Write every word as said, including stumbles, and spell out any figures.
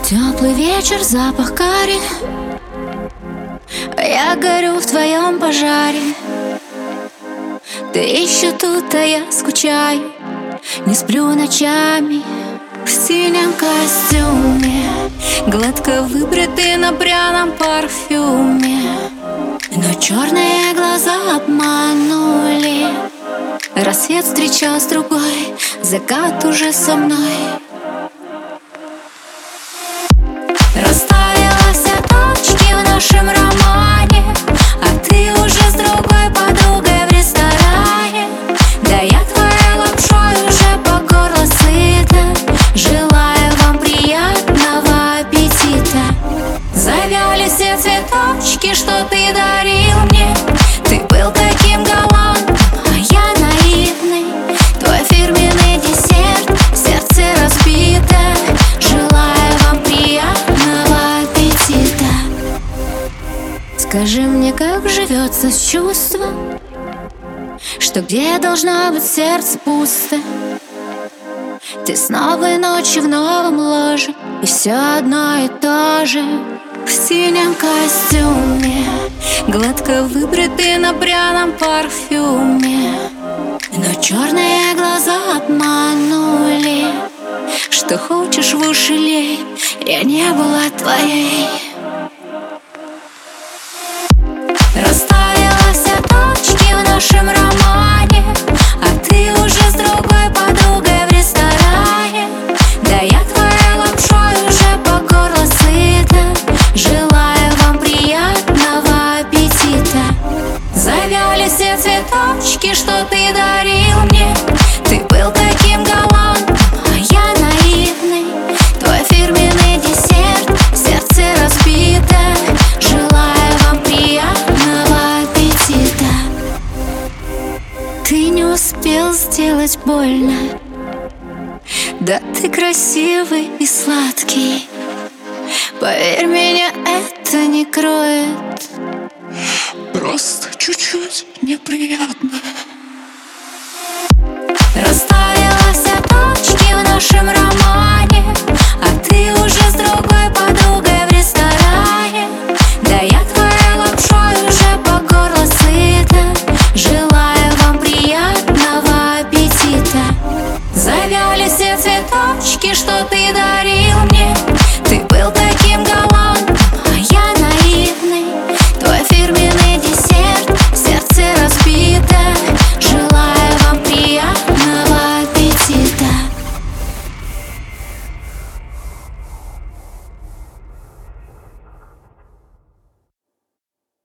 Теплый вечер, запах карри, я горю в твоем пожаре. Ты еще тут, а я скучаю, не сплю ночами. В синем костюме, гладко выбритый на пряном парфюме, но черные глаза обманули. Рассвет встречал с другой, закат уже со мной. Расставила все точки в нашем романе, а ты уже с другой подругой в ресторане. Да я твоей лапшой уже по горло сыта. Желаю вам приятного аппетита. Завяли все цветочки, что ты дарил мне. Ты был таким галантным, а я наивный. Твой фирменный десерт, сердце разбито. Желаю вам приятного аппетита. Скажи мне, как живется с чувством, что где должно быть сердце пусто. Ты с новой ночи в новом ложе, и все одно и то же. В синем костюме, гладко выбритый на пряном парфюме, но черные глаза обманули. Что хочешь в уши лей, я не была твоей. Расставила все точки в нашем романе, а ты уже с другой подругой в ресторане. Да я твоей лапшой уже по горло сыта. Желаю вам приятного аппетита. Завяли все цветочки, что ты дарил мне. Ты был таким галантным, а я наивный. Твой фирменный десерт, сердце разбито. Желаю вам приятного аппетита. Ты не успел сделать больно, да ты красивый и сладкий. Поверь, меня это не кроет, просто чуть-чуть неприятно. Расставила все точки в нашем романе, а ты уже с другой подругой в ресторане. Да я твоей лапшой уже по горло сыта. Желаю вам приятного аппетита. Завяли все цветочки, что ты дарил